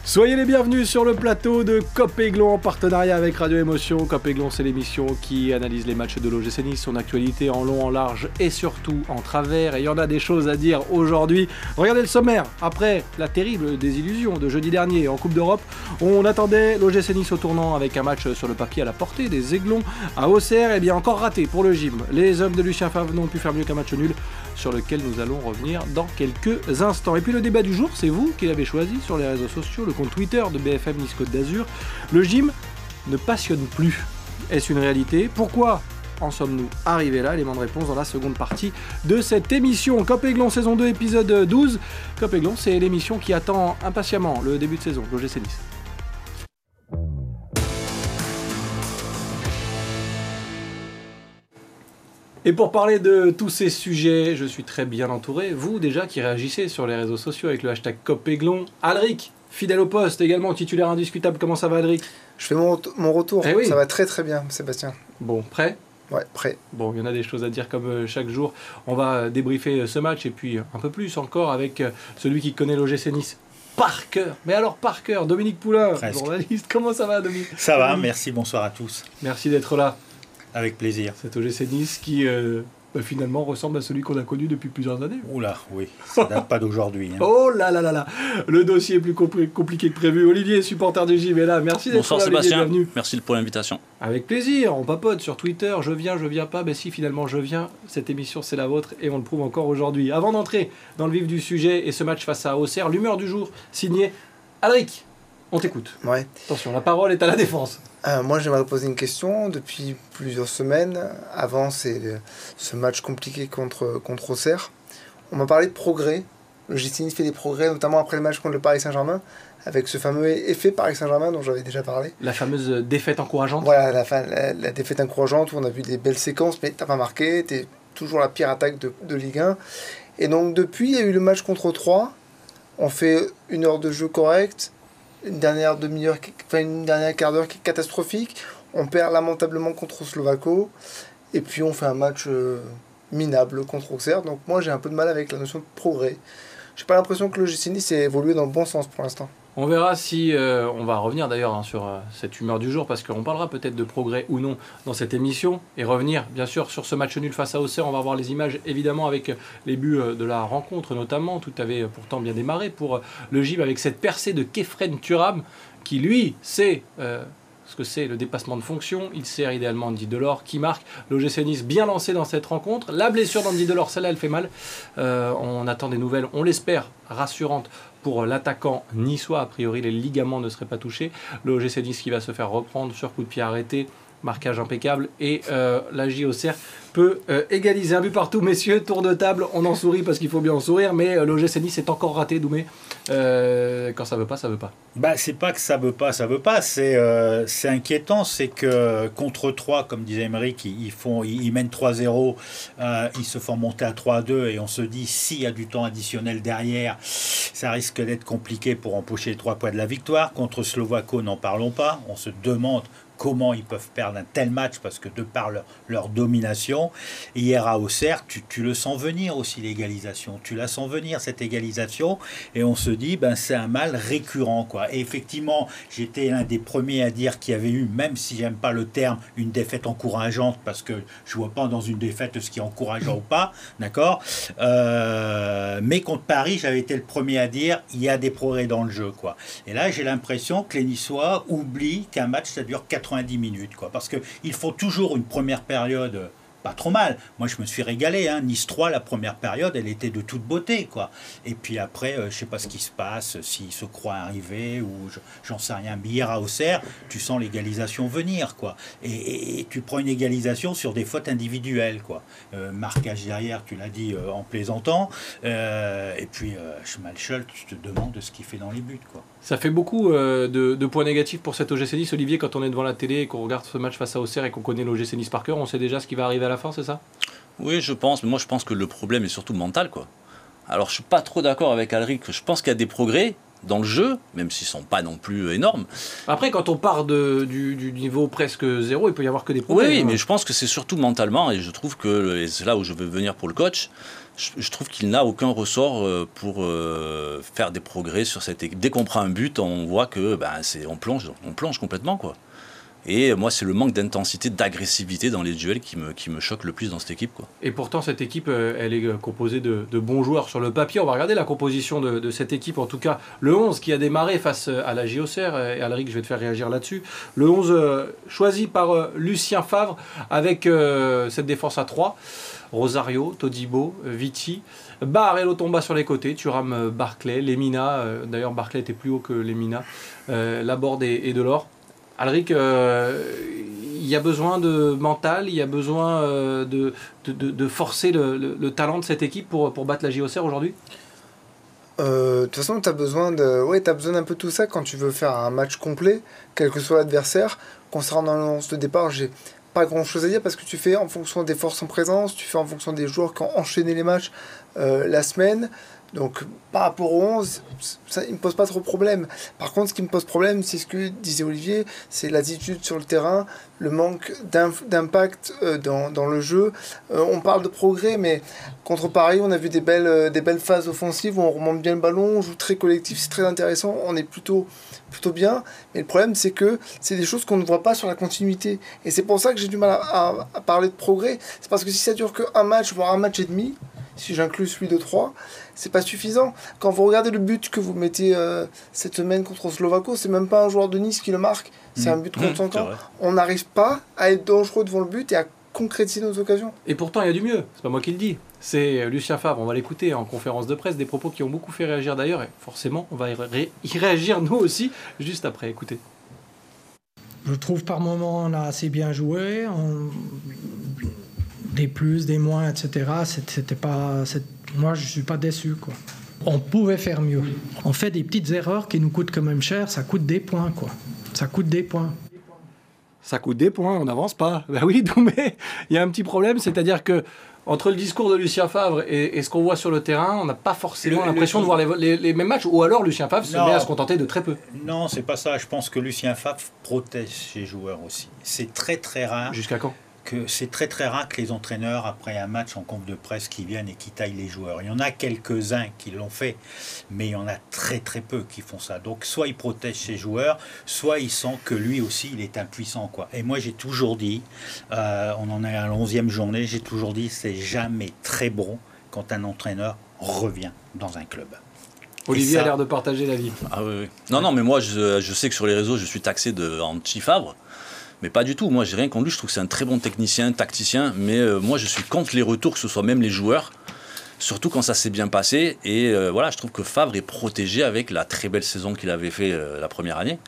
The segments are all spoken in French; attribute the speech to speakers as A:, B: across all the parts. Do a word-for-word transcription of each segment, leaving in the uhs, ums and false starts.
A: Soyez les bienvenus sur le plateau de Cop-Aiglon en partenariat avec Radio Émotion. Cop-Aiglon, c'est l'émission qui analyse les matchs de l'O G C Nice, son actualité en long, en large et surtout en travers. Et il y en a des choses à dire aujourd'hui. Regardez le sommaire. Après la terrible désillusion de jeudi dernier en Coupe d'Europe, on attendait l'O G C Nice au tournant avec un match sur le papier à la portée des Aiglons à Auxerre. Et bien encore raté pour le gym. Les hommes de Lucien Favre n'ont pu faire mieux qu'un match nul sur lequel nous allons revenir dans quelques instants. Et puis le débat du jour, c'est vous qui l'avez choisi sur les réseaux sociaux, le compte Twitter de B F M Nice Côte d'Azur. Le gym ne passionne plus. Est-ce une réalité? Pourquoi en sommes-nous arrivés là? Élément de réponse dans la seconde partie de cette émission. Cop-Aiglon saison deux épisode douze. Cop-Aiglon, c'est l'émission qui attend impatiemment le début de saison de l'O G C Nice. Et pour parler de tous ces sujets, je suis très bien entouré. Vous, déjà, qui réagissez sur les réseaux sociaux avec le hashtag Cop-Aiglon. Alric, fidèle au poste, également titulaire indiscutable. Comment ça va, Alric?
B: Je fais mon, mon retour.
A: Eh oui.
B: Ça va très très bien, Sébastien.
A: Bon, prêt?
B: Ouais, prêt.
A: Bon, il y en a des choses à dire comme chaque jour. On va débriefer ce match et puis un peu plus encore avec celui qui connaît l'O G C Nice par cœur. Mais alors par cœur, Dominique Poulain,
C: Presque.
A: journaliste. Comment ça va, Dominique?
C: Ça va, merci, bonsoir à tous.
A: Merci d'être là.
C: Avec plaisir.
A: Cet O G C Nice qui euh, bah, finalement ressemble à celui qu'on a connu depuis plusieurs années.
C: Oula, oui, ça date pas d'aujourd'hui. Hein.
A: Oh là là là là, le dossier est plus compl- compliqué que prévu. Olivier, supporter du Gym, est là. Merci d'être
D: Bonsoir
A: là, Olivier,
D: Sébastien,
A: bienvenue.
D: merci pour l'invitation.
A: Avec plaisir, on papote sur Twitter, je viens, je viens pas, ben si finalement je viens, cette émission c'est la vôtre et on le prouve encore aujourd'hui. Avant d'entrer dans le vif du sujet et ce match face à Auxerre, l'humeur du jour, signé Alric, on t'écoute.
B: Ouais.
A: Attention, la parole est à la défense.
B: Euh, moi, j'aimerais poser une question. Depuis plusieurs semaines, avant c'est le- ce match compliqué contre, contre Auxerre, on m'a parlé de progrès. Le O G C Nice fait des progrès, notamment après le match contre le Paris Saint-Germain, avec ce fameux effet Paris Saint-Germain dont j'avais déjà parlé.
A: La fameuse défaite encourageante.
B: Voilà, la, fin, la, la défaite encourageante où on a vu des belles séquences, mais t'as pas marqué, t'es toujours la pire attaque de, de Ligue un. Et donc depuis, il y a eu le match contre Troyes. On fait une heure de jeu correcte, une dernière demi-heure, qui- enfin une dernière quart d'heure qui est catastrophique. On perd lamentablement contre Slovako. Et puis on fait un match euh, minable contre Auxerre. Donc moi j'ai un peu de mal avec la notion de progrès. J'ai pas l'impression que le O G C Nice ait évolué dans le bon sens pour l'instant.
A: On verra si, euh, on va revenir d'ailleurs hein, sur euh, cette humeur du jour parce qu'on parlera peut-être de progrès ou non dans cette émission et revenir bien sûr sur ce match nul face à Auxerre. On va voir les images évidemment avec les buts euh, de la rencontre notamment. Tout avait euh, pourtant bien démarré pour euh, le Gym avec cette percée de Kefren Turam qui lui sait euh, ce que c'est le dépassement de fonction. Il sert idéalement Andy Delors qui marque. L'O G C Nice bien lancé dans cette rencontre. La blessure d'Andy Delors, celle-là elle fait mal. Euh, on attend des nouvelles, on l'espère, rassurantes pour l'attaquant niçois. A priori, les ligaments ne seraient pas touchés. Le O G C Nice qui va se faire reprendre sur coup de pied arrêté. Marquage impeccable. Et euh, la J Auxerre peut euh, égaliser un but partout. Messieurs, tour de table. On en sourit parce qu'il faut bien en sourire. Mais euh, le O G C Nice est encore raté, Doumé. Euh, quand ça veut pas, ça veut pas.
C: Bah, c'est pas que ça veut pas, ça veut pas. C'est euh, c'est inquiétant. C'est que contre Troyes, comme disait Émeric, ils, ils, font, ils, ils mènent trois zéro. Euh, ils se font monter à trois deux. Et on se dit, s'il y a du temps additionnel derrière, ça risque d'être compliqué pour empocher les trois points de la victoire. Contre Slovako, n'en parlons pas. On se demande comment ils peuvent perdre un tel match parce que de par leur, leur domination. Hier à Auxerre, tu, tu le sens venir aussi l'égalisation. Tu la sens venir cette égalisation et on se dit ben c'est un mal récurrent quoi. Et effectivement, j'étais l'un des premiers à dire qu'il y avait eu, même si j'aime pas le terme, une défaite encourageante parce que je vois pas dans une défaite ce qui est encourageant ou pas, d'accord. Euh, mais contre Paris, j'avais été le premier à dire il y a des progrès dans le jeu quoi. Et là, j'ai l'impression que les Niçois oublient qu'un match ça dure quatre-vingt-dix minutes quoi, parce que il faut toujours une première période pas trop mal. Moi, je me suis régalé. Hein. Nice trois, la première période, elle était de toute beauté, quoi. Et puis après, euh, je sais pas ce qui se passe, s'ils se croient arrivés ou je, j'en sais rien. Mais hier à Auxerre, tu sens l'égalisation venir, quoi. Et, et, et tu prends une égalisation sur des fautes individuelles, quoi. Euh, marquage derrière, tu l'as dit euh, en plaisantant. Euh, et puis, euh, Schmalchel, tu te demandes ce qu'il fait dans les buts, quoi.
A: Ça fait beaucoup euh, de, de points négatifs pour cet O G C Nice. Olivier, quand on est devant la télé et qu'on regarde ce match face à Auxerre et qu'on connaît l'O G C Nice par cœur, on sait déjà ce qui va arriver à la fin, c'est ça ?
D: Oui, je pense, mais moi je pense que le problème est surtout mental, quoi. Alors je suis pas trop d'accord avec Alric, je pense qu'il y a des progrès dans le jeu, même s'ils ne sont pas non plus énormes.
A: Après, quand on part de, du, du niveau presque zéro, il peut y avoir que des problèmes.
D: Oui,
A: hein.
D: mais je pense que c'est surtout mentalement, et je trouve que, et c'est là où je veux venir pour le coach, je, je trouve qu'il n'a aucun ressort pour euh, faire des progrès sur cette équipe. Dès qu'on prend un but, on voit que ben, c'est, on, plonge, on plonge complètement, quoi. Et moi, c'est le manque d'intensité, d'agressivité dans les duels qui me, qui me choque le plus dans cette équipe, quoi.
A: Et pourtant, cette équipe, elle est composée de, de bons joueurs sur le papier. On va regarder la composition de, de cette équipe. En tout cas, le onze qui a démarré face à la J O C R. Et Alric, je vais te faire réagir là-dessus. Le onze euh, choisi par euh, Lucien Favre avec euh, cette défense à trois. Rosario, Todibo, Vici, Barre et Lotomba sur les côtés, Thuram, Barclay, Lemina. Euh, d'ailleurs, Barclay était plus haut que Lemina. Euh, Laborde et, et Delors. Alric, il euh, y a besoin de mental, il y a besoin euh, de, de, de, de forcer le, le, le talent de cette équipe pour, pour battre la J O C R aujourd'hui.
B: Euh, de toute façon, tu as besoin de, ouais, t'as besoin d'un peu de tout ça quand tu veux faire un match complet, quel que soit l'adversaire. Concernant l'annonce de départ, j'ai pas grand chose à dire parce que tu fais en fonction des forces en présence, tu fais en fonction des joueurs qui ont enchaîné les matchs euh, la semaine. Donc, par rapport au onze, ça ne me pose pas trop de problème. Par contre, ce qui me pose problème, c'est ce que disait Olivier, c'est l'attitude sur le terrain, le manque d'impact euh, dans, dans le jeu. Euh, on parle de progrès, mais contre Paris, on a vu des belles, euh, des belles phases offensives où on remonte bien le ballon, on joue très collectif, c'est très intéressant, on est plutôt, plutôt bien. Mais le problème, c'est que c'est des choses qu'on ne voit pas sur la continuité. Et c'est pour ça que j'ai du mal à, à, à parler de progrès. C'est parce que si ça dure qu'un match, voire un match et demi, si j'inclus celui de trois, c'est pas suffisant. Quand vous regardez le but que vous mettez euh, cette semaine contre Slovako, c'est même pas un joueur de Nice qui le marque, c'est mmh. un but contre son camp. On n'arrive pas à être dangereux devant le but et à concrétiser nos occasions.
A: Et pourtant, il y a du mieux, c'est pas moi qui le dis. C'est Lucien Favre, on va l'écouter en conférence de presse, des propos qui ont beaucoup fait réagir d'ailleurs, et forcément, on va y, ré- y réagir nous aussi, juste après, écoutez.
E: Je trouve par moments on a assez bien joué, on... des plus, des moins, et cetera. C'était pas, c'est... Moi, je suis pas déçu, quoi. On pouvait faire mieux. On fait des petites erreurs qui nous coûtent quand même cher. Ça coûte des points, quoi. Ça coûte des points.
A: Ça coûte des points, on n'avance pas. Ben oui, mais il y a un petit problème, c'est-à-dire que entre le discours de Lucien Favre et, et ce qu'on voit sur le terrain, on n'a pas forcément le, l'impression le... de voir les, les, les mêmes matchs. Ou alors Lucien Favre se met à se contenter de très peu.
C: Non, c'est pas ça. Je pense que Lucien Favre protège ses joueurs aussi. C'est très très rare.
A: Jusqu'à quand ?
C: Que c'est très très rare que les entraîneurs, après un match en conf de presse, qui viennent et qui taillent les joueurs. Il y en a quelques-uns qui l'ont fait, mais il y en a très très peu qui font ça. Donc soit il protège ses joueurs, soit il sent que lui aussi il est impuissant, quoi. Et moi j'ai toujours dit, euh, on en est à l'onzième journée, j'ai toujours dit c'est jamais très bon quand un entraîneur revient dans un club.
A: Olivier ça... a l'air de partager l'avis.
D: Ah oui, oui. Non, non, mais moi je, je sais que sur les réseaux je suis taxé de anti-Favre. Mais pas du tout, moi j'ai rien contre lui, je trouve que c'est un très bon technicien, tacticien, mais euh, moi je suis contre les retours, que ce soit même les joueurs, surtout quand ça s'est bien passé, et euh, voilà, je trouve que Favre est protégé avec la très belle saison qu'il avait fait euh, la première année,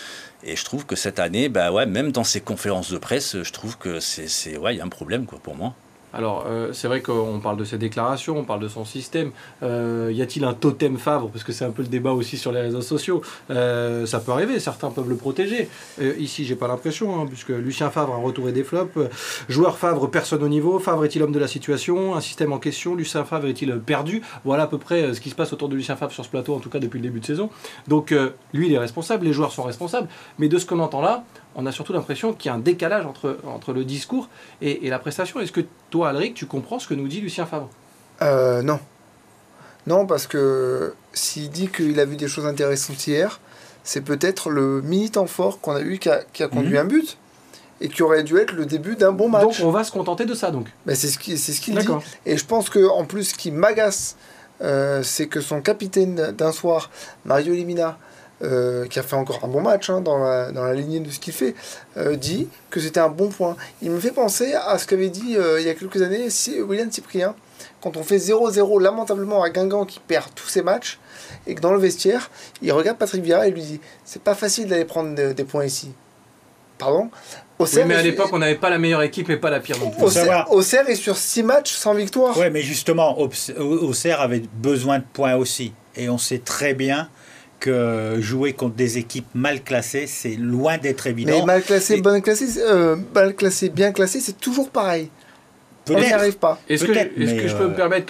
D: et je trouve que cette année, bah ouais, même dans ses conférences de presse, je trouve que c'est, c'est ouais, il y a un problème, quoi, pour moi.
A: Alors, euh, c'est vrai qu'on parle de ses déclarations, on parle de son système. Euh, y a-t-il un totem Favre ? Parce que c'est un peu le débat aussi sur les réseaux sociaux. Euh, ça peut arriver, certains peuvent le protéger. Euh, ici, j'ai pas l'impression, hein, puisque Lucien Favre a retourné des flops. Euh, joueur Favre, personne au niveau. Favre est-il homme de la situation ? Un système en question. Lucien Favre est-il perdu ? Voilà à peu près euh, ce qui se passe autour de Lucien Favre sur ce plateau, en tout cas depuis le début de saison. Donc, euh, lui, il est responsable, les joueurs sont responsables. Mais de ce qu'on entend là, on a surtout l'impression qu'il y a un décalage entre, entre le discours et, et la prestation. Est-ce que toi, Alric, tu comprends ce que nous dit Lucien Favre ?
B: euh, Non. Non, parce que s'il dit qu'il a vu des choses intéressantes hier, c'est peut-être le mini-temps fort qu'on a eu qui a, qui a conduit mmh. un but et qui aurait dû être le début d'un bon match.
A: Donc on va se contenter de ça, donc.
B: Ben, c'est ce qu'il, c'est ce qu'il dit. Et je pense qu'en plus, ce qui m'agace, euh, c'est que son capitaine d'un soir, Mario Lemina, Euh, qui a fait encore un bon match hein, dans, la, dans la lignée de ce qu'il fait, euh, dit que c'était un bon point. Il me fait penser à ce qu'avait dit euh, il y a quelques années si, William Cyprien, quand on fait zéro zéro lamentablement à Guingamp qui perd tous ses matchs, et que dans le vestiaire, il regarde Patrick Vieira et lui dit « c'est pas facile d'aller prendre de, des points ici ». Pardon
A: oui, mais à l'époque, on n'avait pas la meilleure équipe et pas la pire non plus.
B: Auxerre, Auxerre est sur six matchs sans victoire.
C: Oui, mais justement, Auxerre avait besoin de points aussi. Et on sait très bien que jouer contre des équipes mal classées, c'est loin d'être évident.
B: Mais mal classé, et... bonne classé, euh, mal classé, bien classé, c'est toujours pareil.
A: Peut-être.
B: On n'y arrive pas.
A: Est-ce que, est-ce que euh... je peux me permettre quand même,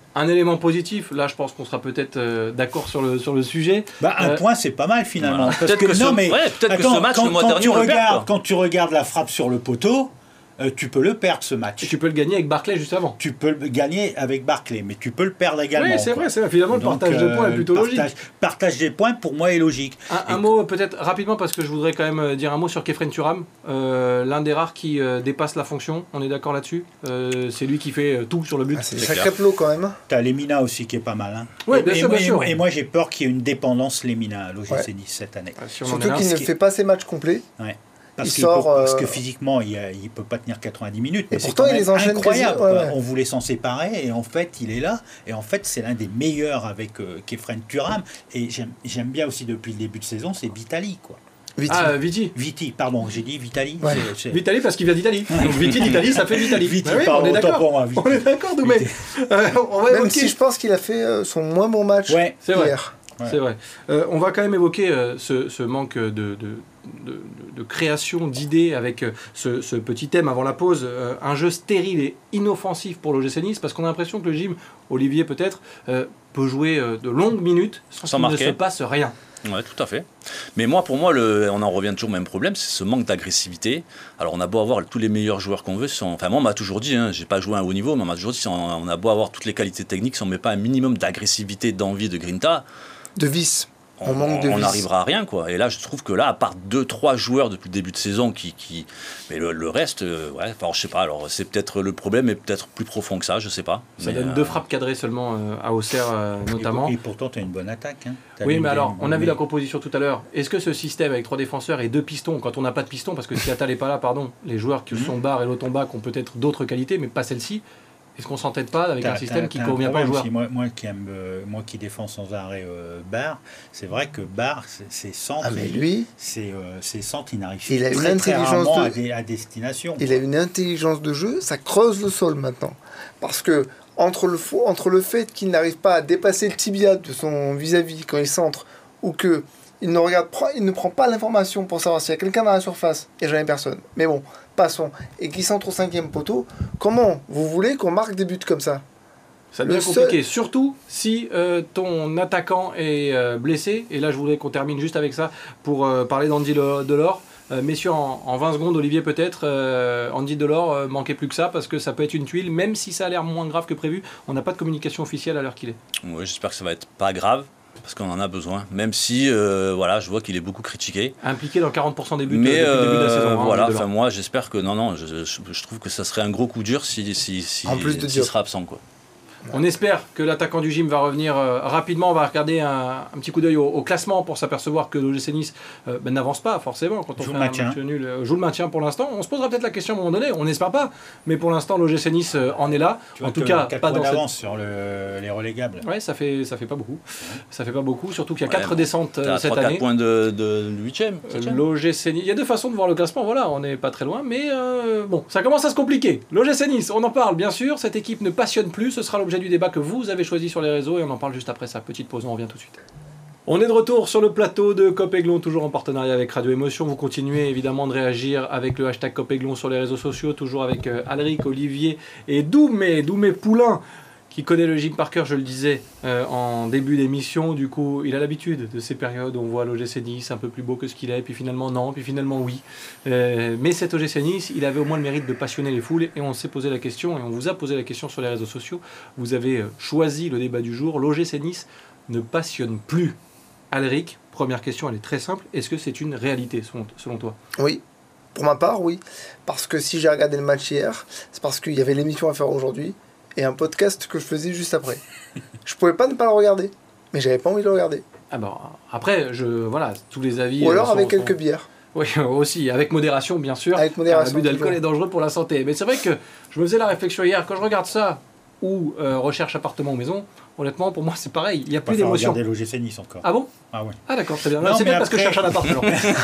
A: Un élément positif, là je pense qu'on sera peut-être euh, d'accord sur le, sur le sujet.
C: Bah, un
A: Euh,
C: point, c'est pas mal finalement.
D: Voilà.
C: Parce
D: Peut-être
C: que,
D: que ce-
C: non, mais,
D: ouais, peut-être que
C: attends,
D: ce match,
C: quand,
D: le mois
C: quand
D: dernier,
C: tu
D: on le perd,
C: regardes,
D: quoi.
C: quand tu regardes la frappe sur le poteau, euh, tu peux le perdre ce match.
A: Et tu peux le gagner avec Barclay juste avant.
C: Tu peux le gagner avec Barclay, mais tu peux le perdre également.
A: Oui, c'est
C: quoi.
A: vrai, c'est vrai. Finalement, le
C: Donc,
A: partage de
C: euh,
A: points est plutôt
C: le
A: logique.
C: partage, partage des points, pour moi, est logique.
A: Un, un
C: Et-
A: mot peut-être rapidement parce que je voudrais quand même dire un mot sur Kefren Turam, euh, l'un des rares qui euh, dépasse la fonction, on est d'accord là-dessus. Euh, c'est lui qui fait euh, tout sur le but.
B: Ah, c'est
D: C'est
B: sacré plot quand même.
C: T'as Lemina aussi qui est pas mal. Hein.
A: Oui,
C: et,
A: bien
C: et
A: sûr,
C: moi,
A: bien
C: et
A: sûr.
C: moi- Et moi, j'ai peur qu'il y ait une dépendance Lemina à l'O G C
B: Ouais.
C: Nice cette année.
A: Ah, si on en est
B: Surtout
A: là.
B: qu'il
C: ce
B: ne
C: qui-
B: fait pas ses matchs complets.
C: Ouais. Parce,
B: Il
C: qu'il
B: sort,
C: peut- parce
B: euh,
C: que physiquement, il ne peut pas tenir quatre-vingt-dix minutes.
B: Et
C: Mais c'est
B: pourtant,
C: quand
B: il
C: même
B: les enchaîne
C: incroyable.
B: quasi- ouais,
C: quoi.
B: ouais.
C: On voulait s'en séparer et en fait, il est là. Et en fait, c'est l'un des meilleurs avec euh, Kefren Turam. Et j'aime j'aime bien aussi depuis le début de saison, c'est Vitali. Quoi.
B: Vite.
A: Ah, euh, Viti.
C: Viti, pardon, j'ai dit Vitali.
B: Ouais.
C: c'est- c'est-
A: Vitali parce qu'il vient d'Italie. Donc Viti d'Italie, ça fait Vitali.
C: Viti,
A: Bah oui,
C: pardon,
A: on est
C: autant
A: d'accord.
C: pour moi, Viti.
A: On est d'accord, Doumé. Euh, on va
B: Même
A: évoquer.
B: si je pense qu'il a fait euh, son moins bon match
C: Ouais,
A: C'est vrai.
B: hier.
C: Ouais.
A: C'est vrai. Euh, on va quand même évoquer euh, ce, ce manque de, de, de, de création, d'idées avec euh, ce, ce petit thème avant la pause. Euh, un jeu stérile et inoffensif pour l'O G C Nice parce qu'on a l'impression que le gym, Olivier peut-être, euh, peut jouer euh, de longues minutes sans,
D: Sans
A: qu'il ne
D: marquer.
A: se passe rien.
D: Ouais, tout à fait. Mais moi, pour moi, le, on en revient toujours au même problème, c'est ce manque d'agressivité. Alors, on a beau avoir tous les meilleurs joueurs qu'on veut, si on- enfin moi, on m'a toujours dit, hein, j'ai pas joué à un haut niveau, mais on m'a toujours dit, si on, on a beau avoir toutes les qualités techniques, si on met pas un minimum d'agressivité, d'envie, de grinta,
B: De vis.
D: on
B: On manque de
D: on
B: vis.
D: n'arrivera à rien, quoi. Et là, je trouve que là, à part deux, trois joueurs depuis le début de saison, qui, qui... mais le, le reste, euh, ouais, enfin, je sais pas. Alors, c'est peut-être le problème est peut-être plus profond que ça, je sais pas.
A: Ça
D: Mais,
A: donne
D: euh,
A: deux frappes cadrées seulement euh, à Auxerre euh,
C: Et,
A: notamment.
C: et pourtant, tu as une bonne attaque. Hein. T'as
A: Oui,
C: une-
A: mais alors, on a vu
C: mais-
A: la composition tout à l'heure. Est-ce que ce système avec trois défenseurs et deux pistons, quand on n'a pas de pistons, parce que si Attal n'est pas là, pardon, les joueurs qui
C: Mhm.
A: sont Barre et Lotombac ont peut-être d'autres qualités, mais pas celle-ci. Est-ce qu'on s'entête pas avec
C: T'as-
A: un système
C: t'as-
A: qui
C: t'as
A: ne
C: un
A: convient pas aux
C: problème
A: joueurs
C: aussi. Moi, moi qui aime, euh, moi qui défends sans arrêt euh, Barre, c'est vrai que Barre, c'est- ses centres,
B: Ah mais lui,
C: c'est euh, ses centres, il n'arrive
B: Il a une
C: très, très
B: intelligence
C: rarement
B: de-
C: à, des- à destination.
B: il a une intelligence de jeu, ça creuse le sol maintenant. Parce que entre le, fo- entre le fait qu'il n'arrive pas à dépasser le tibia de son vis-à-vis quand il centre, ou que il ne, regarde, il ne prend pas l'information pour savoir s'il y a quelqu'un dans la surface, il n'y a jamais personne. Mais bon, passons. Et qu'il centre au cinquième poteau, comment vous voulez qu'on marque des buts comme ça?
A: Ça devient
B: Le
A: compliqué, surtout si euh, ton attaquant est euh, blessé. Et là, je voudrais qu'on termine juste avec ça pour euh, parler d'Andy Le- Delors. Euh, messieurs, en, en vingt secondes, Olivier peut-être, euh, Andy Delors euh, manquait plus que ça parce que ça peut être une tuile, même si ça a l'air moins grave que prévu. On n'a pas de communication officielle à l'heure qu'il est.
D: ouais, j'espère que ça va être pas grave, parce qu'on en a besoin. Même si, euh, voilà, je vois qu'il est beaucoup critiqué.
A: Impliqué dans quarante pour cent des buts
D: Mais
A: euh, depuis le début de la
D: euh,
A: saison. hein,
D: voilà,
A: Andy Delors.
D: enfin moi j'espère que non non, je, je, je trouve que ça serait un gros coup dur si si si
B: En plus de
D: s'il
B: Diop.
D: sera absent, quoi.
A: On espère que l'attaquant du gym va revenir euh, rapidement. On va regarder un, un petit coup d'œil au, au classement pour s'apercevoir que l'O G C Nice euh, ben, n'avance pas forcément quand on
C: Joue
A: fait
C: le
A: un
C: maintien.
A: match nul. euh, joue le maintien pour l'instant. On se posera peut-être la question à un moment donné. On n'espère pas, mais pour l'instant l'O G C Nice euh, en est là.
C: Tu
A: En
C: vois
A: tout
C: que
A: cas,
C: quatre
A: pas
C: points
A: dans cette.
C: d'avance sur le- les relégables.
A: Ouais, ça fait ça fait pas beaucoup. Ça fait pas beaucoup, surtout qu'il y a
D: Ouais,
A: quatre
D: bon,
A: descentes
D: T'es
A: euh,
D: à
A: cette
D: trois quatre
A: année.
D: points de, de huitième.
A: Euh, L'O G C Nice, il y a deux façons de voir le classement, voilà, on n'est pas très loin, mais euh, bon, ça commence à se compliquer. L'O G C Nice, on en parle bien sûr, cette équipe ne passionne plus, ce sera l'objet du débat que vous avez choisi sur les réseaux et on en parle juste après ça. Petite pause, on revient tout de suite. On est de retour sur le plateau de Copéglon, toujours en partenariat avec Radio Émotion. Vous continuez évidemment de réagir avec le hashtag Copéglon sur les réseaux sociaux, toujours avec euh, Alric, Olivier et Doumé, Doumé Poulain, qui connaît le gym par cœur, je le disais euh, en début d'émission. Du coup, il a l'habitude de ces périodes où on voit l'O G C Nice un peu plus beau que ce qu'il est, puis finalement non, puis finalement oui. Euh, mais cet O G C Nice, il avait au moins le mérite de passionner les foules et on s'est posé la question et on vous a posé la question sur les réseaux sociaux. Vous avez euh, choisi le débat du jour. L'O G C Nice ne passionne plus. Alric, première question, elle est très simple. Est-ce que c'est une réalité selon, selon toi?
B: Oui. Pour ma part, oui. Parce que si j'ai regardé le match hier, c'est parce qu'il y avait l'émission à faire aujourd'hui et un podcast que je faisais juste après. Je pouvais pas ne pas le regarder, mais j'avais pas envie de le regarder.
A: Ah bah, après, je, voilà, tous les avis...
B: Ou
A: euh,
B: alors
A: sont-
B: avec
A: sont-
B: quelques bières.
A: Oui, aussi, avec modération, bien sûr.
B: Avec modération,
A: L'abus d'alcool
B: toujours.
A: est dangereux pour la santé. Mais c'est vrai que je me faisais la réflexion hier, quand je regarde ça, ou euh, recherche appartement ou maison, honnêtement, pour moi, c'est pareil. Il n'y a
C: On
A: plus
C: va
A: d'émotion.
C: regarder l'O G C Nice encore.
A: Ah bon?
C: Ah ouais.
A: Ah d'accord, très bien.
C: Non,
A: c'est
C: mais
A: bien parce que je
C: après-
A: cherche un appartement.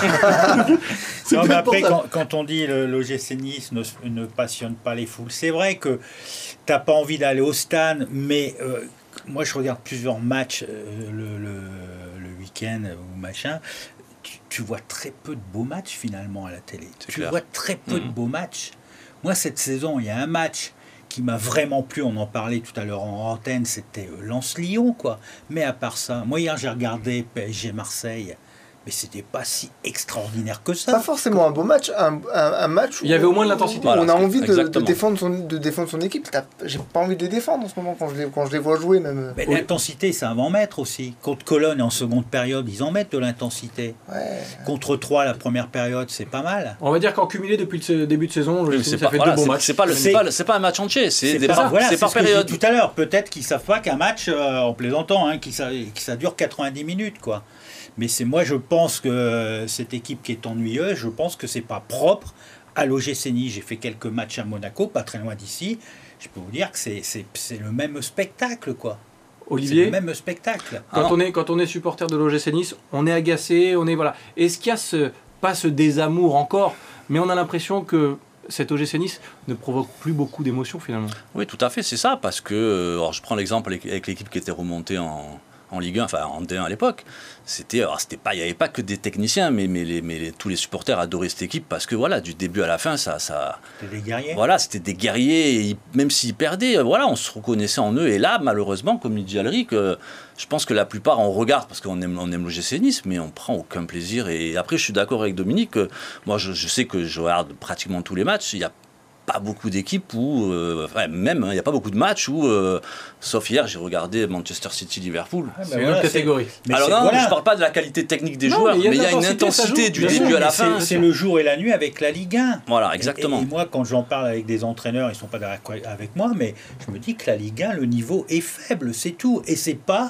A: C'est
C: Non, mais
A: peut-être pour
C: après,
A: ça.
C: quand, quand on dit le l'O G C Nice ne, ne passionne pas les foules, c'est vrai que t'as pas envie d'aller au stade, mais euh, moi je regarde plusieurs matchs euh, le, le, le week-end ou machin. Tu, tu vois très peu de beaux matchs finalement à la télé.
D: C'est
C: Tu
D: clair.
C: vois très peu de
D: Mhm.
C: beaux matchs. Moi cette saison, il y a un match qui m'a vraiment plu, on en parlait tout à l'heure en antenne, c'était euh, Lens-Lyon, quoi. Mais à part ça, moi hier j'ai regardé P S G Marseille, mais c'était pas si extraordinaire que ça.
B: Pas forcément un beau match, un, un, un match où
A: il y avait au moins de l'intensité.
B: Voilà, on a envie de, de,
D: exactement.
B: défendre son, de défendre son équipe. T'as- J'ai pas envie de les défendre en ce moment quand je les, quand je les vois jouer même.
C: Mais
A: Oui.
C: l'intensité, ça va en mettre aussi. Contre Cologne en seconde période, ils en mettent de l'intensité.
B: Ouais.
C: Contre Troyes, la première période, c'est pas mal.
A: On va dire qu'en cumulé depuis le début de saison,
D: Oui,
A: le
D: c'est
A: ça
D: pas,
A: fait
D: voilà,
A: deux bons
D: c'est-
A: matchs.
D: c'est pas, le-
C: C'est-
D: c'est pas, le- c'est pas un match entier, c'est des
C: pas-
D: par,
C: voilà,
D: c'est
C: c'est
D: par
C: ce que j'ai
D: période.
C: dit tout à l'heure. Peut-être qu'ils savent pas qu'un match, euh, en plaisantant, hein, qui ça, qui ça dure quatre-vingt-dix minutes, quoi. Mais c'est moi, je pense que cette équipe qui est ennuyeuse, je pense que c'est pas propre à l'O G C Nice. J'ai fait quelques matchs à Monaco, pas très loin d'ici. Je peux vous dire que c'est, c'est, c'est le même spectacle, quoi. C'est
A: Olivier,
C: le même spectacle.
A: quand
D: Ah.
A: on est quand on est supporter de l'O G C Nice, on est agacé, on est voilà. Est-ce qu'il y a ce pas ce désamour encore, mais on a l'impression que cet O G C Nice ne provoque plus beaucoup d'émotions finalement.
D: Oui, tout à fait, c'est ça, parce que, euh, alors je prends l'exemple avec, avec l'équipe qui était remontée en, en Ligue un, enfin en D un à l'époque, c'était, alors c'était pas, il n'y avait pas que des techniciens, mais, mais, les, mais les- tous les supporters adoraient cette équipe, parce que voilà, du début à la fin, ça... ça
C: C'était des guerriers.
D: voilà, c'était des guerriers, et ils- même s'ils perdaient, euh, voilà, on se reconnaissait en eux, et là, malheureusement, comme il dit Alric, euh, je pense que la plupart, on regarde, parce qu'on aime, on aime l'O G C Nice, mais on prend aucun plaisir, et après, je suis d'accord avec Dominique, euh, moi, je, je sais que je regarde pratiquement tous les matchs, il y a pas beaucoup d'équipes où, euh, enfin, même, hein, il n'y a pas beaucoup de matchs où, euh, sauf hier, j'ai regardé Manchester City-Liverpool.
C: Ah, ben
A: C'est une
C: voilà,
A: autre
C: c'est-
A: catégorie.
C: mais
D: Alors
C: c'est-
D: non,
C: voilà.
D: je parle pas de la qualité technique des
A: Non,
D: joueurs,
A: mais il y a
D: mais
A: de
D: il y a une
A: l'intensité, ça
D: intensité
A: joue,
D: du
A: bien
D: début
A: sûr,
D: à la
C: mais
D: fin.
C: c'est, c'est le jour et la nuit avec la Ligue un.
D: Voilà,
C: Et-
D: exactement.
C: Et, et moi, quand j'en parle avec des entraîneurs, ils ne sont pas d'accord avec moi, mais je me dis que la Ligue un, le niveau est faible, c'est tout. Et c'est pas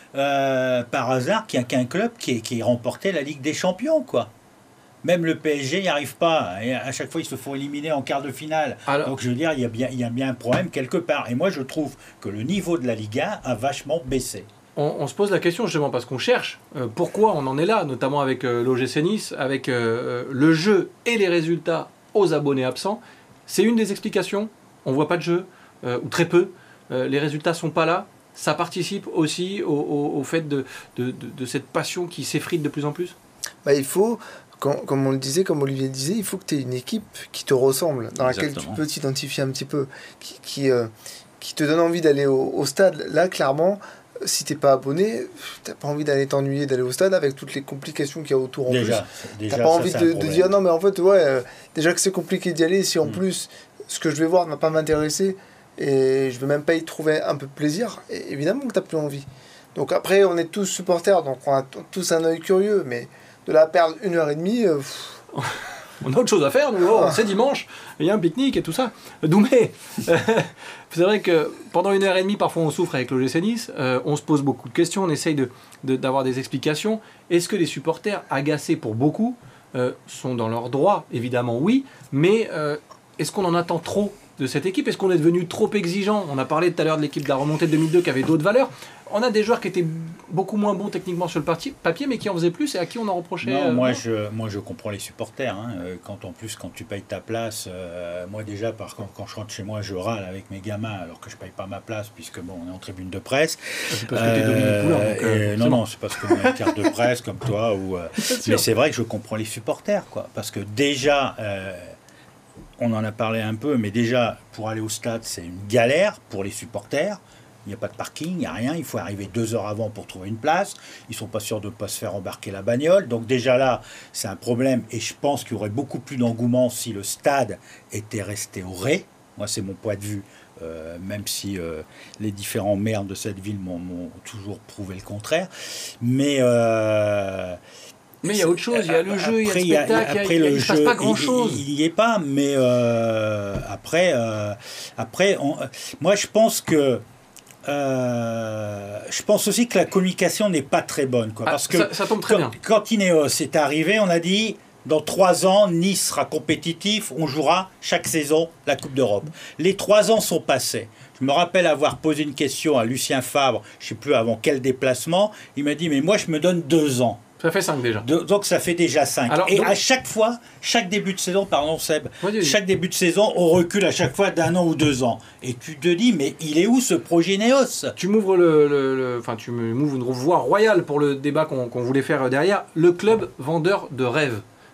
C: euh, par hasard qu'il n'y a qu'un club qui ait, qui ait remporté la Ligue des Champions, quoi. Même le P S G n'y arrive pas. Et à chaque fois, ils se font éliminer en quart de finale.
A: Alors-
C: Donc, je veux dire, il y a bien, il y a bien un problème quelque part. Et moi, je trouve que le niveau de la Ligue un a vachement baissé.
A: On, on se pose la question justement parce qu'on cherche euh, pourquoi on en est là, notamment avec euh, l'O G C Nice, avec euh, euh, le jeu et les résultats aux abonnés absents. C'est une des explications. On voit pas de jeu, euh, ou très peu. Euh, les résultats sont pas là. Ça participe aussi au, au- au fait de, de, de- de cette passion qui s'effrite de plus en plus.
B: Bah, il faut, quand- comme on le disait, comme Olivier le disait, il faut que tu aies une équipe qui te ressemble, dans laquelle
D: Exactement.
B: tu peux t'identifier un petit peu, qui, qui, euh, qui te donne envie d'aller au, au stade. Là, clairement, si t'es pas abonné, t'as pas envie d'aller t'ennuyer d'aller au stade avec toutes les complications qu'il y a autour en
C: Déjà,
B: plus.
C: déjà
B: T'as pas
C: ça,
B: envie
C: c'est un
B: de, de
C: problème.
B: dire non, mais en fait, ouais, euh, déjà que c'est compliqué d'y aller, si en
C: Mm.
B: plus ce que je vais voir ne va pas m'intéresser et je vais même pas y trouver un peu de plaisir, et évidemment que t'as plus envie. Donc après, on est tous supporters, donc on a t- tous un œil curieux, mais de là à perdre une heure et demie, euh, pff,
A: On a autre chose à faire, nous, oh,
B: Ah.
A: c'est dimanche, il y a un pique-nique et tout ça. Doumé, euh, c'est vrai que pendant une heure et demie, parfois on souffre avec l'O G C Nice, euh, on se pose beaucoup de questions, on essaye de, de- d'avoir des explications. Est-ce que les supporters, agacés pour beaucoup, euh, sont dans leur droit? Évidemment oui, mais euh, est-ce qu'on en attend trop de cette équipe? Est-ce qu'on est devenu trop exigeant? On a parlé tout à l'heure de l'équipe de la remontée de deux mille deux qui avait d'autres valeurs. On a des joueurs qui étaient beaucoup moins bons techniquement sur le parti- papier, mais qui en faisaient plus et à qui on en reprochait.
C: Non,
A: euh,
C: moi,
A: moins.
C: je, moi je comprends les supporters. Hein. Euh, Quand en plus, quand tu payes ta place, euh, moi déjà, par contre, quand je rentre chez moi, je râle avec mes gamins alors que je paye pas ma place, puisque bon, on est en tribune de presse.
A: C'est parce que t'es Dominique Poulain. donc,
C: Euh,
A: euh,
C: et non,
A: forcément.
C: non, c'est parce qu'on a une carte de presse comme toi. Ou, euh,
A: C'est sûr.
C: mais c'est vrai que je comprends les supporters, quoi. Parce que déjà, euh, on en a parlé un peu, mais déjà, pour aller au stade, c'est une galère pour les supporters. Il n'y a pas de parking, il n'y a rien. Il faut arriver deux heures avant pour trouver une place. Ils ne sont pas sûrs de ne pas se faire embarquer la bagnole. Donc déjà là, c'est un problème. Et je pense qu'il y aurait beaucoup plus d'engouement si le stade était resté au Ré. Moi, c'est mon point de vue. Euh, même si euh, les différents maires de cette ville m'ont, m'ont toujours prouvé le contraire. Mais... euh,
A: Mais il y a autre chose, il y a le jeu, il y a le
C: après,
A: spectacle, il y a-
C: après,
A: il y a-
C: le
A: il se passe
C: jeu,
A: pas grand-chose.
C: Il n'y est pas, mais euh, après, euh, après on- moi je pense que euh, je pense aussi que la communication n'est pas très bonne, quoi,
A: Ah,
C: parce que
A: ça, ça tombe très
C: quand,
A: bien.
C: quand Ineos est arrivé, on a dit dans trois ans, Nice sera compétitif, on jouera chaque saison la Coupe d'Europe. Les trois ans sont passés. Je me rappelle avoir posé une question à Lucien Fabre, je ne sais plus avant quel déplacement, il m'a dit mais moi je me donne deux ans.
A: Ça fait cinq déjà.
C: De- donc ça fait déjà cinq.
A: Alors,
C: Et
A: donc-
C: à chaque fois, chaque début de saison, pardon Seb,
A: Vas-y, vas-y.
C: chaque début de saison, on recule à chaque fois d'un an ou deux ans. Et tu te dis, mais il est où ce projet Ineos?
A: Tu m'ouvres le, le- le- enfin tu me- m'ouvres une voie royale pour le débat qu'on qu'on voulait faire derrière. Le club vendeur de rêve.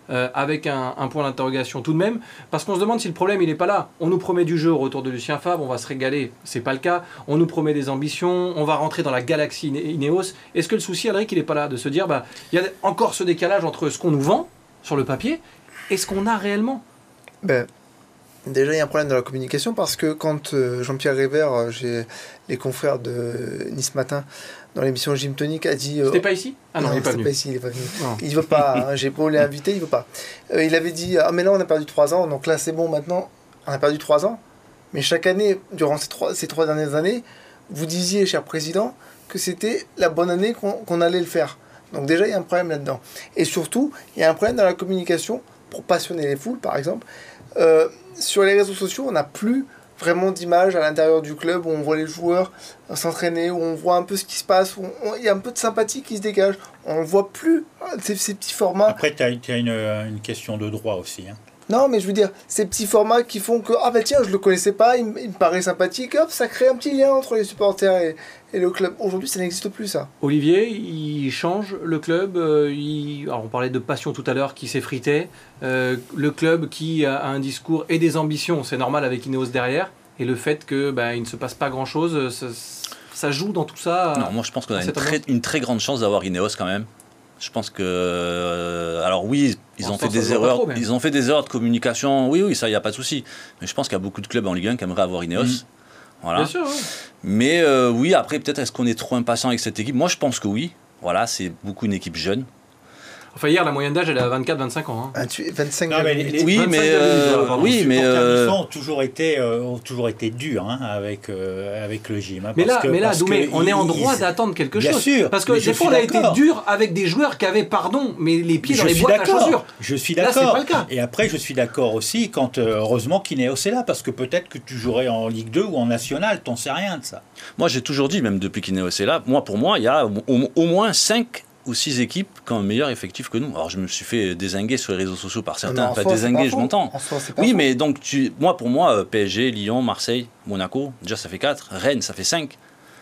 A: euh, avec un, un point d'interrogation tout de même, parce qu'on se demande si le problème il n'est pas là. On nous promet du jeu au retour de Lucien Favre, on va se régaler, c'est pas le cas. On nous promet des ambitions, on va rentrer dans la galaxie Ineos. Est-ce que le souci, Alric, il n'est pas là de se dire, bah, il y a encore ce décalage entre ce qu'on nous vend sur le papier et ce qu'on a réellement?
B: Ben, déjà, il y a un problème dans la communication parce que quand euh, Jean-Pierre Révert, euh, j'ai les confrères de Nice Matin, dans l'émission Gym Tonic, a dit... Euh,
A: c'était pas ici? Ah non,
B: non
A: il n'est pas
B: venu.
A: pas
B: ici, il n'est pas venu. Non. Il ne veut pas, hein, j'ai beau l'inviter, il ne veut pas. Euh, il avait dit, ah mais là on a perdu trois ans, donc là c'est bon maintenant, on a perdu trois ans. Mais chaque année, durant ces trois, ces trois dernières années, vous disiez, cher président, que c'était la bonne année qu'on, qu'on allait le faire. Donc déjà, il y a un problème là-dedans. Et surtout, il y a un problème dans la communication, pour passionner les foules, par exemple. Euh, sur les réseaux sociaux, on n'a plus vraiment d'image à l'intérieur du club où on voit les joueurs s'entraîner, où on voit un peu ce qui se passe, où il y a un peu de sympathie qui se dégage. On ne voit plus ces, ces petits formats.
C: Après, tu as une, une question de droit aussi. Hein.
B: Non, mais je veux dire, ces petits formats qui font que, ah bah tiens, je le connaissais pas, il, il me paraît sympathique, hop, ça crée un petit lien entre les supporters et, et le club. Aujourd'hui, ça n'existe plus, ça.
A: Olivier, il change le club. Euh, il... Alors, on parlait de passion tout à l'heure qui s'effritait. Euh, le club qui a un discours et des ambitions, c'est normal avec Ineos derrière. Et le fait qu'il bah, ne se passe pas grand-chose, ça, ça joue dans tout ça.
D: Non, moi je pense qu'on a une très, une très grande chance d'avoir Ineos quand même. Je pense que, euh, alors oui, ils ont fait des erreurs, trop, ils ont fait des erreurs de communication. Oui, oui, ça, il y a pas de souci. Mais je pense qu'il y a beaucoup de clubs en Ligue un qui aimeraient avoir Ineos. Mmh. Voilà.
A: Bien sûr. Oui.
D: Mais euh, oui, après, peut-être est-ce qu'on est trop impatient avec cette équipe? Moi, je pense que oui. Voilà, c'est beaucoup une équipe jeune.
A: Enfin, hier, la moyenne d'âge, elle est à vingt-quatre vingt-cinq ans. Hein.
B: vingt-cinq
C: non, mais les, les,
D: oui,
C: vingt-cinq
D: mais, euh,
C: pardon,
D: oui,
C: les
D: mais
C: euh... ont toujours été, euh, ont toujours été durs hein, avec, euh, avec le gym. Hein,
A: mais, là,
C: que,
A: mais là, Doumé, on
C: il,
A: est en droit
C: il,
A: d'attendre quelque
C: bien
A: chose.
C: Sûr,
A: parce que des fois, on a été dur avec des joueurs qui avaient, pardon, mais les pieds
C: je
A: dans les boîtes à chaussures.
C: Je suis d'accord.
A: Là, c'est pas le cas.
C: Et après, je suis d'accord aussi quand, euh, heureusement, qu'Ineos est là, parce que peut-être que tu jouerais en Ligue deux ou en National, t'en sais rien de ça.
D: Moi, j'ai toujours dit, même depuis qu'Ineos est là, moi, pour moi, il y a au, au moins cinq ou six équipes qui ont un meilleur effectif que nous. Alors je me suis fait dézinguer sur les réseaux sociaux par certains.
B: Non,
D: enfin,
B: soi,
D: dézinguer, je m'entends.
B: Soi,
D: oui, mais donc, tu, moi, pour moi, P S G, Lyon, Marseille, Monaco, déjà ça fait quatre. Rennes, ça fait cinq.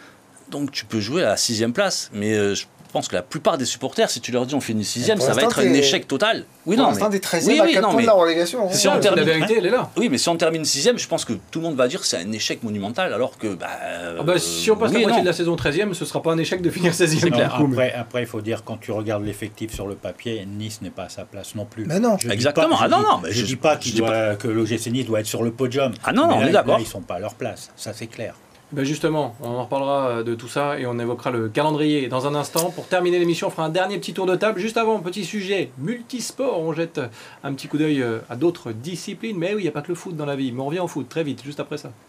D: Donc tu peux jouer à la sixième place. Mais euh, je pense que la plupart des supporters, si tu leur dis on finit sixième, ça va être un échec total. Oui,
B: pour
D: non,
B: l'instant,
D: mais...
B: t'es treizième oui, oui, à quatre points de la relégation.
D: Si on termine...
A: La vérité, elle est là.
D: Oui, mais si on termine sixième, je pense que tout le monde va dire que c'est un échec monumental, alors que... Bah,
A: ah bah, si on passe oui, la moitié de la saison treizième, ce ne sera pas un échec de finir seizième.
C: Non, après, après, il faut dire, quand tu regardes l'effectif sur le papier, Nice n'est pas à sa place non plus.
B: Mais non.
D: Je Exactement. Pas,
C: ah,
D: non, non.
C: Je ne dis pas, qu'il doit, pas que l'O G C Nice doit être sur le podium.
D: Ah non, non, on est d'accord.
C: Ils ne sont pas à leur place, ça c'est clair.
A: Ben justement, on en reparlera de tout ça et on évoquera le calendrier dans un instant. Pour terminer l'émission, on fera un dernier petit tour de table. Juste avant, petit sujet multisport. On jette un petit coup d'œil à d'autres disciplines. Mais oui, il n'y a pas que le foot dans la vie. Mais on revient au foot très vite, juste après ça.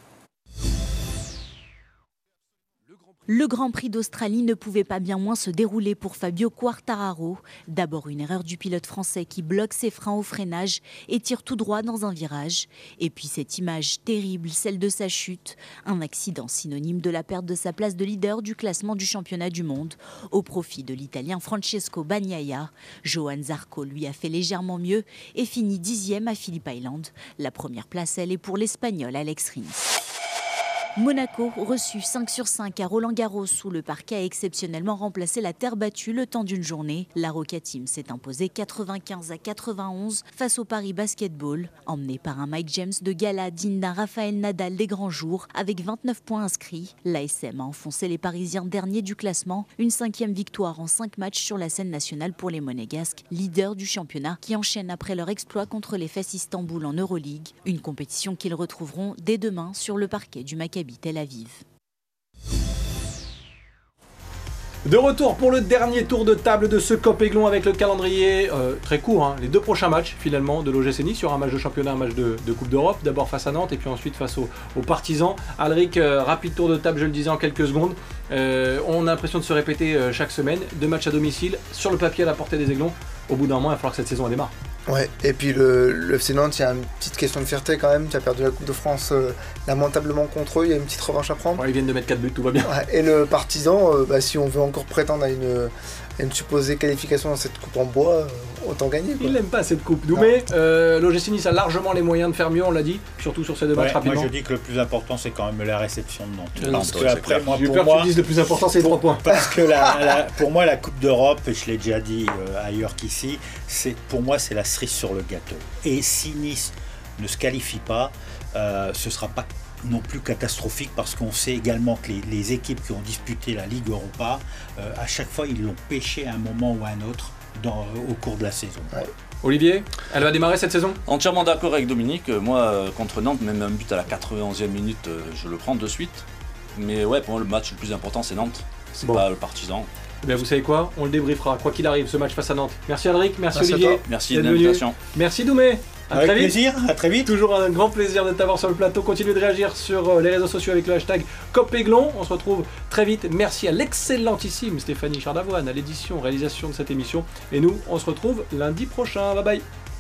F: Le Grand Prix d'Australie ne pouvait pas bien moins se dérouler pour Fabio Quartararo. D'abord une erreur du pilote français qui bloque ses freins au freinage et tire tout droit dans un virage. Et puis cette image terrible, celle de sa chute. Un accident synonyme de la perte de sa place de leader du classement du championnat du monde au profit de l'Italien Francesco Bagnaia. Johann Zarco lui a fait légèrement mieux et finit dixième à Phillip Island. La première place, elle est pour l'Espagnol Alex Rins. Monaco reçu cinq sur cinq à Roland-Garros où le parquet a exceptionnellement remplacé la terre battue le temps d'une journée. La Roca Team s'est imposée quatre-vingt-quinze à quatre-vingt-onze face au Paris Basketball. Emmené par un Mike James de gala digne d'un Rafael Nadal des grands jours avec vingt-neuf points inscrits. L'A S M a enfoncé les Parisiens derniers du classement. Une cinquième victoire en cinq matchs sur la scène nationale pour les Monégasques, leaders du championnat qui enchaînent après leur exploit contre les F E S Istanbul en Euroleague. Une compétition qu'ils retrouveront dès demain sur le parquet du Maccabi Tel Aviv.
A: De retour pour le dernier tour de table de ce Copéglon avec le calendrier euh, très court. Hein. Les deux prochains matchs finalement de l'O G C Nice sur un match de championnat, un match de, de Coupe d'Europe. D'abord face à Nantes et puis ensuite face aux, aux Partisans. Alric, euh, rapide tour de table, je le disais en quelques secondes. Euh, on a l'impression de se répéter euh, chaque semaine. Deux matchs à domicile, sur le papier à la portée des Aiglons. Au bout d'un mois, il va falloir que cette saison elle démarre.
B: Ouais, et puis le, le F C Nantes, il y a une petite question de fierté quand même. Tu as perdu la Coupe de France euh, lamentablement contre eux, il y a une petite revanche à prendre.
A: Ouais, ils viennent de mettre quatre buts, tout va bien.
B: Ouais, et le Partizan, euh, bah, si on veut encore prétendre à une, une supposée qualification dans cette coupe en bois, euh, autant gagner. Quoi.
A: Il n'aime pas cette coupe. Doumé, euh, l'O G C Nice a largement les moyens de faire mieux, on l'a dit, surtout sur ces deux
C: ouais,
A: matchs rapidement.
C: Moi je dis que le plus important c'est quand même la réception de Nantes.
A: Euh,
C: Parce
D: ouais,
C: que
D: c'est
C: après,
D: clair.
C: moi,
A: J'ai eu
C: pour
A: peur
C: moi,
A: que tu dises le plus important c'est les trois points.
C: parce que la, la, pour moi la Coupe d'Europe, et je l'ai déjà dit euh, ailleurs qu'ici, c'est, pour moi c'est la cerise sur le gâteau. Et si Nice ne se qualifie pas, euh, ce ne sera pas non plus catastrophique parce qu'on sait également que les, les équipes qui ont disputé la Ligue Europa, euh, à chaque fois ils l'ont pêché à un moment ou à un autre dans, au cours de la saison.
B: Ouais.
A: Olivier, elle va démarrer cette saison?
D: Entièrement d'accord avec Dominique. Moi, euh, contre Nantes, même un but à la quatre-vingt-onzième minute, euh, je le prends de suite. Mais ouais, pour moi, le match le plus important, c'est Nantes. C'est
A: Bon.
D: pas le Partizan.
A: Eh bien, vous savez quoi? On le débriefera, quoi qu'il arrive, ce match face à Nantes. Merci Alric, merci,
B: Merci à
A: Olivier.
B: toi.
D: Merci de
A: d'être venu.
D: l'invitation.
A: Merci Doumé. À
C: Avec
A: très vite.
C: plaisir, à très vite.
A: Toujours un grand plaisir de t'avoir sur le plateau. Continuez de réagir sur euh, les réseaux sociaux avec le hashtag Copéglon. On se retrouve très vite. Merci à l'excellentissime Stéphanie Chardavoine à l'édition, réalisation de cette émission. Et nous, on se retrouve lundi prochain. Bye bye.